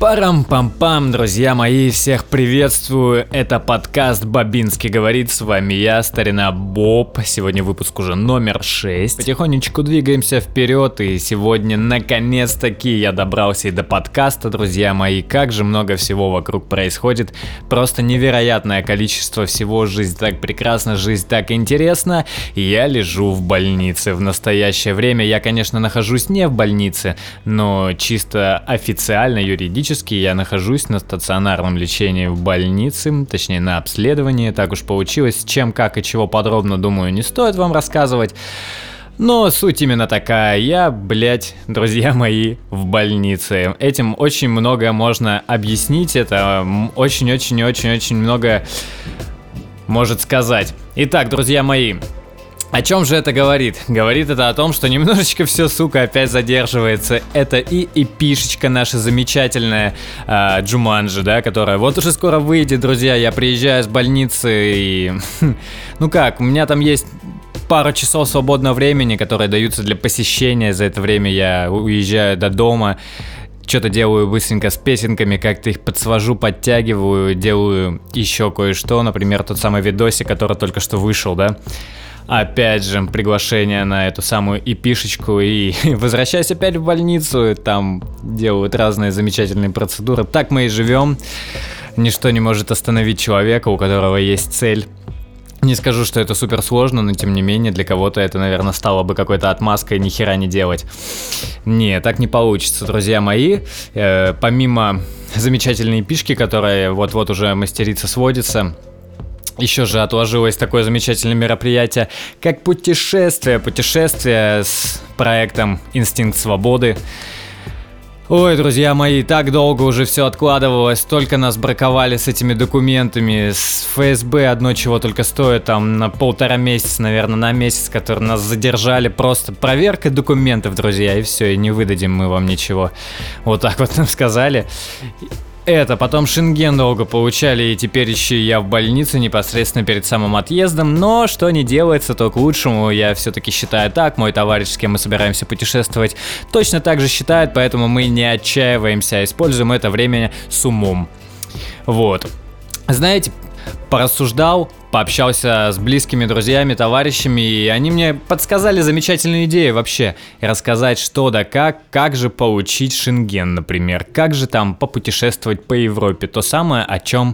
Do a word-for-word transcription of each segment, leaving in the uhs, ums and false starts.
Парам-пам-пам, друзья мои, всех приветствую, это подкаст «Бабинский говорит», с вами я, старина Боб, сегодня выпуск уже номер шесть, потихонечку двигаемся вперед, и сегодня наконец-таки я добрался и до подкаста, друзья мои, как же много всего вокруг происходит, просто невероятное количество всего, жизнь так прекрасна, жизнь так интересна, и я лежу в больнице, в настоящее время я, конечно, нахожусь не в больнице, но чисто официально, юридически, я нахожусь на стационарном лечении в больнице, точнее на обследовании, так уж получилось, чем, как и чего подробно, думаю, не стоит вам рассказывать. Но суть именно такая, я, блять, друзья мои, в больнице. Этим очень много можно объяснить, это очень-очень-очень-очень много может сказать. Итак, друзья мои, о чем же это говорит? Говорит это о том, что немножечко все, сука, опять задерживается. Это и эпишечка наша замечательная, э, Джуманджи, да, которая вот уже скоро выйдет, друзья. Я приезжаю с больницы и... Ну как, у меня там есть пару часов свободного времени, которые даются для посещения. За это время я уезжаю до дома. Что-то делаю быстренько с песенками, как-то их подсвожу, подтягиваю, делаю еще кое-что. Например, тот самый видосик, который только что вышел, да. Опять же, приглашение на эту самую эпишечку, и возвращаюсь опять в больницу, там делают разные замечательные процедуры. Так мы и живем, ничто не может остановить человека, у которого есть цель. Не скажу, что это супер сложно, но тем не менее для кого-то это, наверное, стало бы какой-то отмазкой ни хера не делать. Не, так не получится, друзья мои. Э, помимо замечательной эпишки, которая вот-вот уже мастерится, сводится, еще же отложилось такое замечательное мероприятие, как путешествие, путешествие с проектом «Инстинкт свободы». Ой, друзья мои, так долго уже все откладывалось, столько нас браковали с этими документами, с эф эс бэ одно чего только стоит, там на полтора месяца, наверное, на месяц, которые нас задержали, просто проверка документов, друзья, и все, и не выдадим мы вам ничего. Вот так вот нам сказали. Это, потом Шенген долго получали, и теперь еще я в больнице непосредственно перед самым отъездом, но что не делается, то к лучшему, я все-таки считаю так, мой товарищ, с кем мы собираемся путешествовать, точно так же считает, поэтому мы не отчаиваемся, а используем это время с умом. Вот. Знаете, порассуждал, пообщался с близкими друзьями, товарищами, и они мне подсказали замечательную идею вообще. И рассказать, что да как, как же получить Шенген, например, как же там попутешествовать по Европе. То самое, о чем,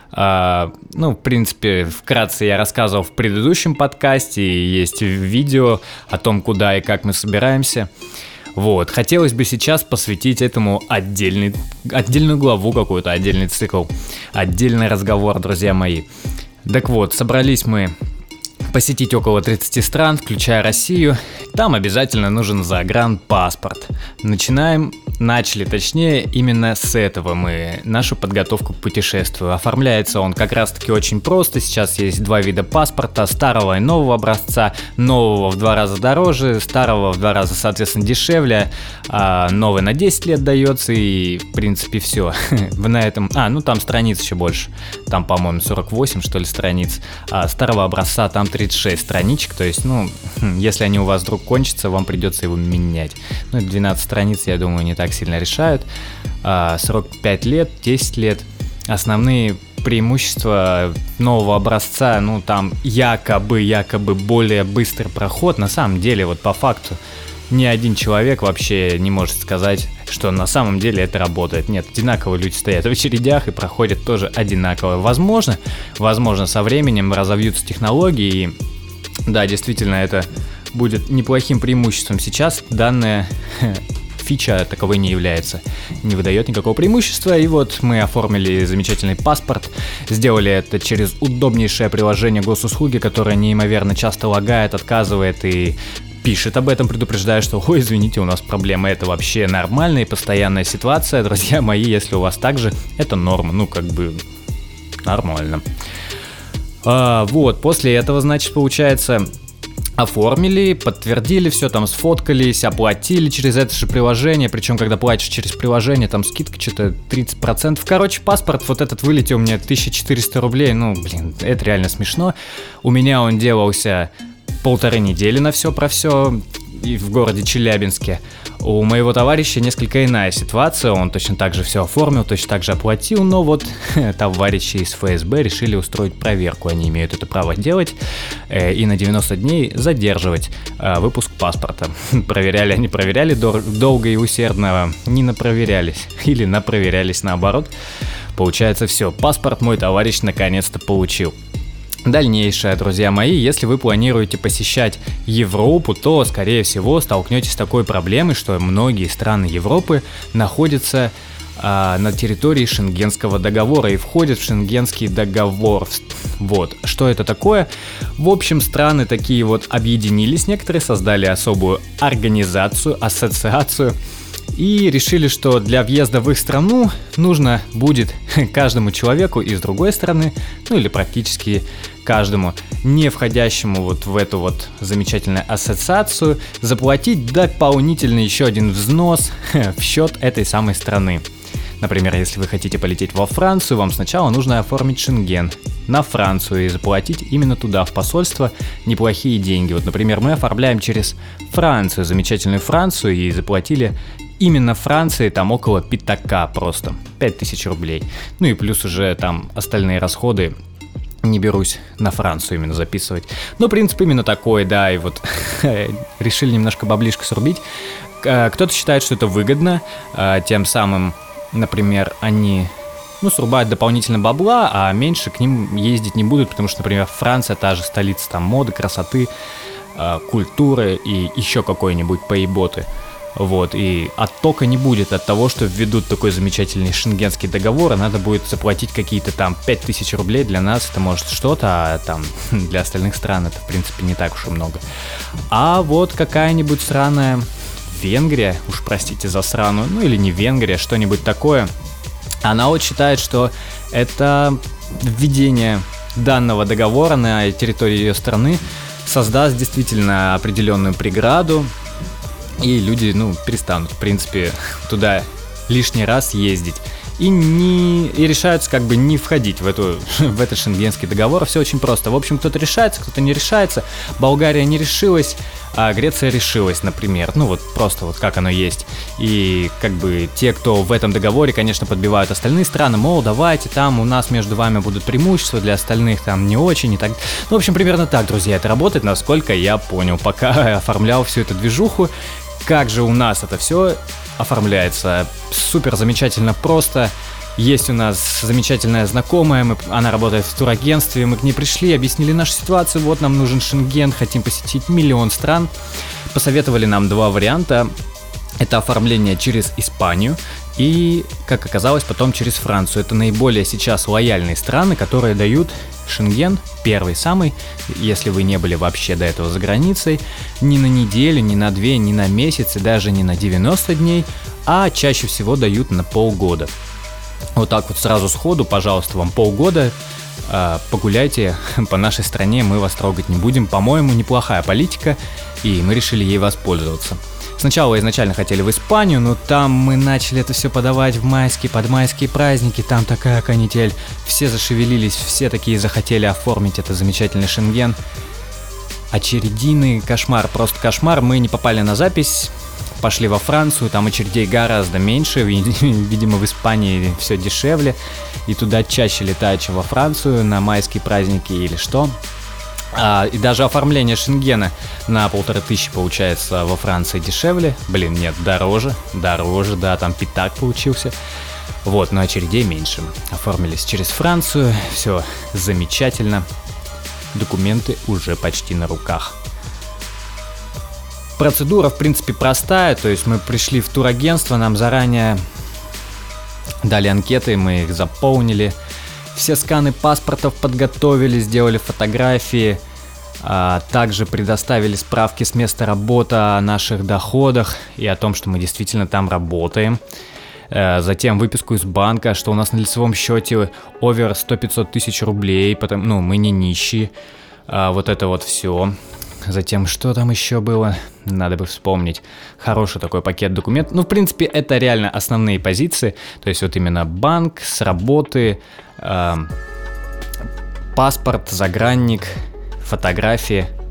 э, ну, в принципе, вкратце я рассказывал в предыдущем подкасте, и есть видео о том, куда и как мы собираемся. Вот, хотелось бы сейчас посвятить этому отдельный, отдельную главу какую-то, отдельный цикл, отдельный разговор, друзья мои. Так вот, собрались мы посетить около тридцати стран, включая Россию. Там обязательно нужен загранпаспорт. Начинаем, начали, точнее, именно с этого мы нашу подготовку к путешествию. Оформляется он как раз-таки очень просто. Сейчас есть два вида паспорта, старого и нового образца. Нового в два раза дороже, старого в два раза, соответственно, дешевле. А новый на десять лет дается, и, в принципе, все. На этом... А, ну там страниц еще больше. Там, по-моему, сорок восемь, что ли, страниц. А старого образца там тридцать шесть страничек, то есть, ну, если они у вас вдруг кончатся, вам придется его менять. Ну, двенадцать страниц, я думаю, не так сильно решают. А, сорок пять лет, десять лет. Основные преимущества нового образца, ну, там якобы, якобы более быстрый проход. На самом деле, вот по факту, ни один человек вообще не может сказать, что на самом деле это работает. Нет, одинаково люди стоят в очередях и проходят тоже одинаково. Возможно, возможно, со временем разовьются технологии, и да, действительно, это будет неплохим преимуществом. Сейчас данная фича таковой не является, не выдает никакого преимущества. И вот мы оформили замечательный паспорт, сделали это через удобнейшее приложение госуслуги, которое неимоверно часто лагает, отказывает и пишет об этом, предупреждая, что ой, извините, у нас проблемы. Это вообще нормальная и постоянная ситуация, друзья мои, если у вас так же, это норма, ну как бы нормально. А, вот, после этого, значит, получается, оформили, подтвердили все, там сфоткались, оплатили через это же приложение, причем когда платишь через приложение, там скидка что-то тридцать процентов. Короче, паспорт вот этот вылетел мне тысяча четыреста рублей, ну, блин, это реально смешно. У меня он делался полторы недели на все про все. и в городе Челябинске. У моего товарища несколько иная ситуация, он точно так же все оформил, точно так же оплатил, но вот товарищи из эф эс бэ решили устроить проверку, они имеют это право делать, э, и на девяносто дней задерживать э, выпуск паспорта. Проверяли они, проверяли дор- долго и усердно, не напроверялись, или напроверялись наоборот. Получается все, паспорт мой товарищ наконец-то получил. Дальнейшее, друзья мои, если вы планируете посещать Европу, то, скорее всего, столкнетесь с такой проблемой, что многие страны Европы находятся а, на территории Шенгенского договора и входят в Шенгенский договор. Вот, что это такое? В общем, страны такие вот объединились, некоторые создали особую организацию, ассоциацию, и решили, что для въезда в их страну нужно будет каждому человеку из другой страны, ну или практически каждому, не входящему вот в эту вот замечательную ассоциацию, заплатить дополнительно еще один взнос в счет этой самой страны. Например, если вы хотите полететь во Францию, вам сначала нужно оформить шенген на Францию и заплатить именно туда, в посольство, неплохие деньги. Вот, например, мы оформляем через Францию, замечательную Францию, и заплатили именно Франции там около пятака просто, пять тысяч рублей. Ну и плюс уже там остальные расходы, не берусь на Францию именно записывать. Но принцип именно такой, да, и вот решили немножко баблишко срубить. Кто-то считает, что это выгодно, тем самым, например, они, ну, срубают дополнительно бабла, а меньше к ним ездить не будут, потому что, например, Франция та же столица там моды, красоты, культуры и еще какой-нибудь поеботы. Вот, и оттока не будет от того, что введут такой замечательный шенгенский договор, а надо будет заплатить какие-то там пять тысяч рублей. Для нас это может что-то, а там для остальных стран это в принципе не так уж и много. А вот какая-нибудь сраная Венгрия, уж простите за сраную, ну или не Венгрия, что-нибудь такое, она вот считает, что это введение данного договора на территории ее страны создаст действительно определенную преграду, и люди, ну, перестанут, в принципе, туда лишний раз ездить. И, не, и решаются как бы не входить в, эту, в этот шенгенский договор. Все очень просто. В общем, кто-то решается, кто-то не решается. Болгария не решилась, а Греция решилась, например. Ну вот просто вот как оно есть. И как бы те, кто в этом договоре, конечно, подбивают остальные страны, мол, давайте, там у нас между вами будут преимущества, для остальных там не очень и так. Ну, в общем, примерно так, друзья, это работает, насколько я понял, пока оформлял всю эту движуху. Как же у нас это все оформляется? Супер замечательно просто. Есть у нас замечательная знакомая, мы, она работает в турагентстве, мы к ней пришли, объяснили нашу ситуацию, вот нам нужен шенген, хотим посетить миллион стран. Посоветовали нам два варианта. Это оформление через Испанию и, как оказалось, потом через Францию. Это наиболее сейчас лояльные страны, которые дают шенген, первый самый, если вы не были вообще до этого за границей, ни на неделю, ни на две, ни на месяц, и даже не на девяносто дней, а чаще всего дают на полгода. Вот так вот сразу сходу, пожалуйста, вам полгода, э, погуляйте по нашей стране, мы вас трогать не будем. По-моему, неплохая политика, и мы решили ей воспользоваться. Сначала изначально хотели в Испанию, но там мы начали это все подавать в майские, под майские праздники, там такая канитель, все зашевелились, все такие захотели оформить это замечательный шенген. Очерединый кошмар, просто кошмар, мы не попали на запись, пошли во Францию, там очередей гораздо меньше, видимо в Испании все дешевле, и туда чаще летают, чем во Францию на майские праздники или что. А, и даже оформление шенгена на полторы тысячи получается во Франции дешевле. Блин, нет, дороже, дороже, да, там пятак получился. Вот, но очередей меньше. Оформились через Францию, все замечательно. Документы уже почти на руках. Процедура, в принципе, простая, то есть мы пришли в турагентство, нам заранее дали анкеты, мы их заполнили. Все сканы паспортов подготовили, сделали фотографии, а также предоставили справки с места работы о наших доходах и о том, что мы действительно там работаем. Затем выписку из банка, что у нас на лицевом счете овер сто-пятьсот тысяч рублей, потому, ну, мы не нищие. А вот это вот все. Затем, что там еще было? Надо бы вспомнить. Хороший такой пакет документов. Ну, в принципе, это реально основные позиции. То есть вот именно банк, с работы, э, паспорт, загранник, фотографии.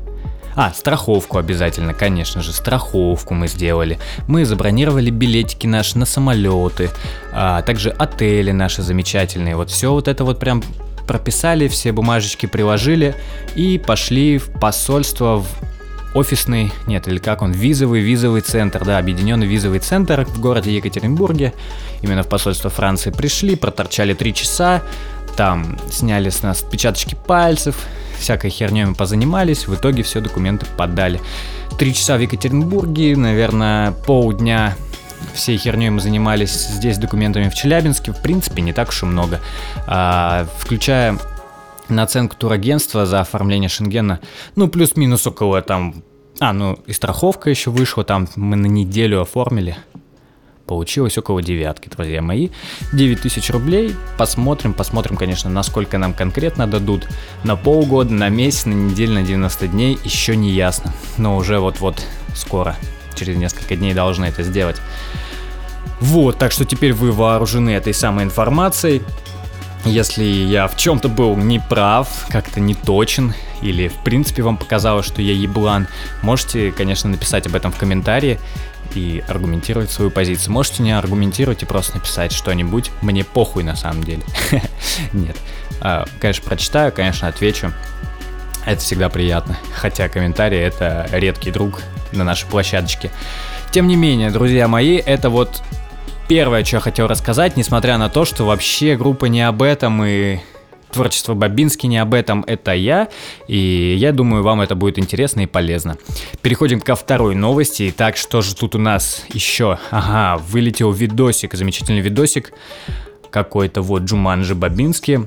А, страховку обязательно, конечно же, страховку мы сделали. Мы забронировали билетики наши на самолеты, а также отели наши замечательные. Вот все вот это вот прям прописали, все бумажечки приложили и пошли в посольство, в офисный, нет, или как он, визовый, визовый центр, да, объединенный визовый центр в городе Екатеринбурге, именно в посольство Франции пришли, проторчали три часа, там сняли с нас отпечаточки пальцев, всякой херней мы позанимались, в итоге все документы подали. Три часа в Екатеринбурге, наверное, полдня всей херней мы занимались здесь документами в Челябинске, в принципе, не так уж и много, а, включая наценку турагентства за оформление Шенгена, ну, плюс-минус около там... А, ну, и страховка еще вышла, там мы на неделю оформили. Получилось около девятки, друзья мои. девять тысяч рублей. Посмотрим, посмотрим, конечно, насколько нам конкретно дадут. На полгода, на месяц, на неделю, на девяносто дней. Еще не ясно. Но уже вот-вот скоро, через несколько дней должны это сделать. Вот, так что теперь вы вооружены этой самой информацией. Если я в чем-то был неправ, как-то не точен, или в принципе вам показалось, что я еблан, можете, конечно, написать об этом в комментарии и аргументировать свою позицию. Можете не аргументировать и просто написать что-нибудь, мне похуй на самом деле. Нет, конечно, прочитаю, конечно, отвечу, это всегда приятно, хотя комментарии — это редкий друг на нашей площадочке. Тем не менее, друзья мои, это вот... Первое, что я хотел рассказать, несмотря на то, что вообще группа не об этом и творчество Бабински не об этом, это я, и я думаю, вам это будет интересно и полезно. Переходим ко второй новости. Итак, что же тут у нас еще? Ага, вылетел видосик, замечательный видосик, какой-то вот Джуманджи Бабински,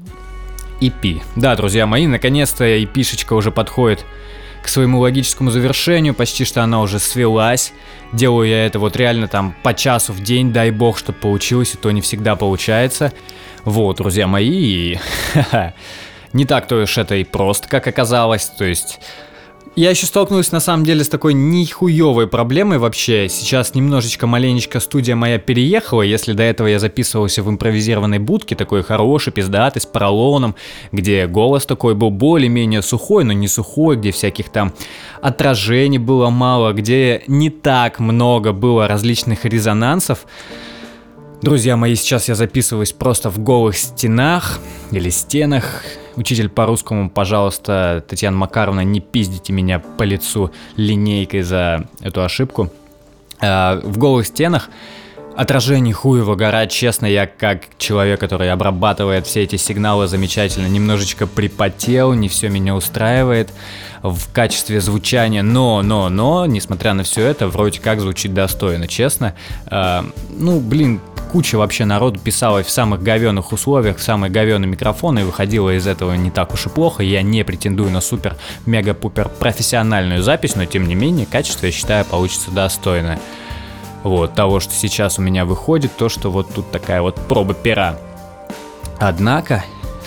и пи. Да, друзья мои, наконец-то и пи-шечка уже подходит к своему логическому завершению, почти что она уже свелась. Делаю я это вот реально там по часу в день, дай бог, чтобы получилось, и то не всегда получается. Вот, друзья мои, и не так-то уж это и просто, как оказалось, то есть... Я еще столкнулся на самом деле с такой нихуевой проблемой вообще. Сейчас немножечко, маленечко студия моя переехала. Если до этого я записывался в импровизированной будке, такой хороший, пиздатый, с поролоном, где голос такой был более-менее сухой, но не сухой, где всяких там отражений было мало, где не так много было различных резонансов. Друзья мои, сейчас я записываюсь просто в голых стенах или стенах. Учитель по русскому, пожалуйста, Татьяна Макаровна, не пиздите меня по лицу линейкой за эту ошибку. В голых стенах отражений хуево гора, честно, я как человек, который обрабатывает все эти сигналы замечательно, немножечко припотел, не все меня устраивает в качестве звучания, но, но, но, несмотря на все это, вроде как звучит достойно, честно. Ну, блин, куча вообще народу писала в самых говёных условиях, в самые говёные микрофоны, и выходила из этого не так уж и плохо. Я не претендую на супер-мега-пупер профессиональную запись, но тем не менее качество, я считаю, получится достойное. Вот, того, что сейчас у меня выходит, то, что вот тут такая вот проба пера. Однако,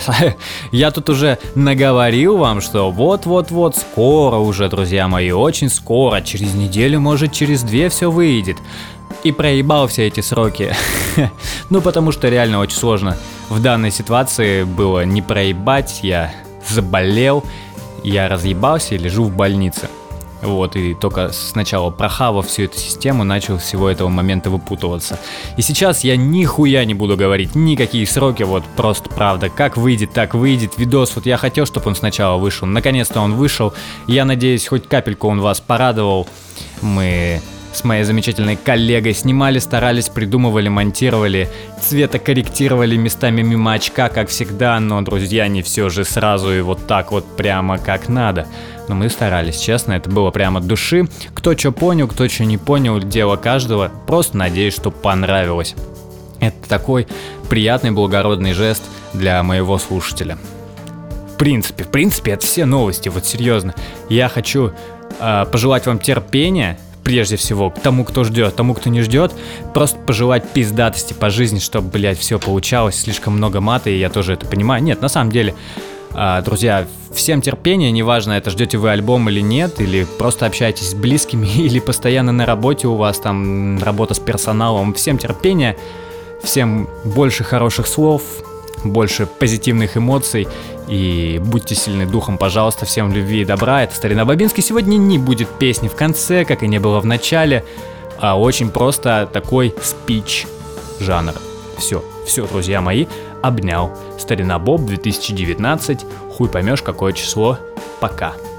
я тут уже наговорил вам, что вот-вот-вот скоро уже, друзья мои, очень скоро, через неделю, может через две все выйдет. И проебал все эти сроки. Ну, потому что реально очень сложно в данной ситуации было не проебать. Я заболел, я разъебался и лежу в больнице. Вот, и только сначала прохавав всю эту систему, начал с всего этого момента выпутываться. И сейчас я нихуя не буду говорить, никакие сроки, вот просто правда, как выйдет, так выйдет. Видос, вот я хотел, чтобы он сначала вышел, наконец-то он вышел. Я надеюсь, хоть капельку он вас порадовал. Мы с моей замечательной коллегой снимали, старались, придумывали, монтировали, цветокорректировали местами мимо очка, как всегда, но, друзья, не все же сразу и вот так вот прямо как надо. Но мы старались, честно, это было прямо от души. Кто что понял, кто что не понял, дело каждого. Просто надеюсь, что понравилось. Это такой приятный, благородный жест для моего слушателя. В принципе, в принципе, это все новости, вот серьезно. Я хочу э, пожелать вам терпения, прежде всего, к тому, кто ждет, тому, кто не ждет, просто пожелать пиздатости по жизни, чтобы, блядь, все получалось, слишком много мата, и я тоже это понимаю. Нет, на самом деле, друзья, всем терпения, неважно, это ждете вы альбом или нет, или просто общаетесь с близкими, или постоянно на работе у вас там работа с персоналом, всем терпения, всем больше хороших слов, больше позитивных эмоций и будьте сильны духом, пожалуйста, всем любви и добра. Это Старина Бабинский. Сегодня не будет песни в конце, как и не было в начале, а очень просто такой спич жанр. Все, все, друзья мои, обнял. Старина Боб, две тысячи девятнадцать, хуй поймешь какое число. Пока.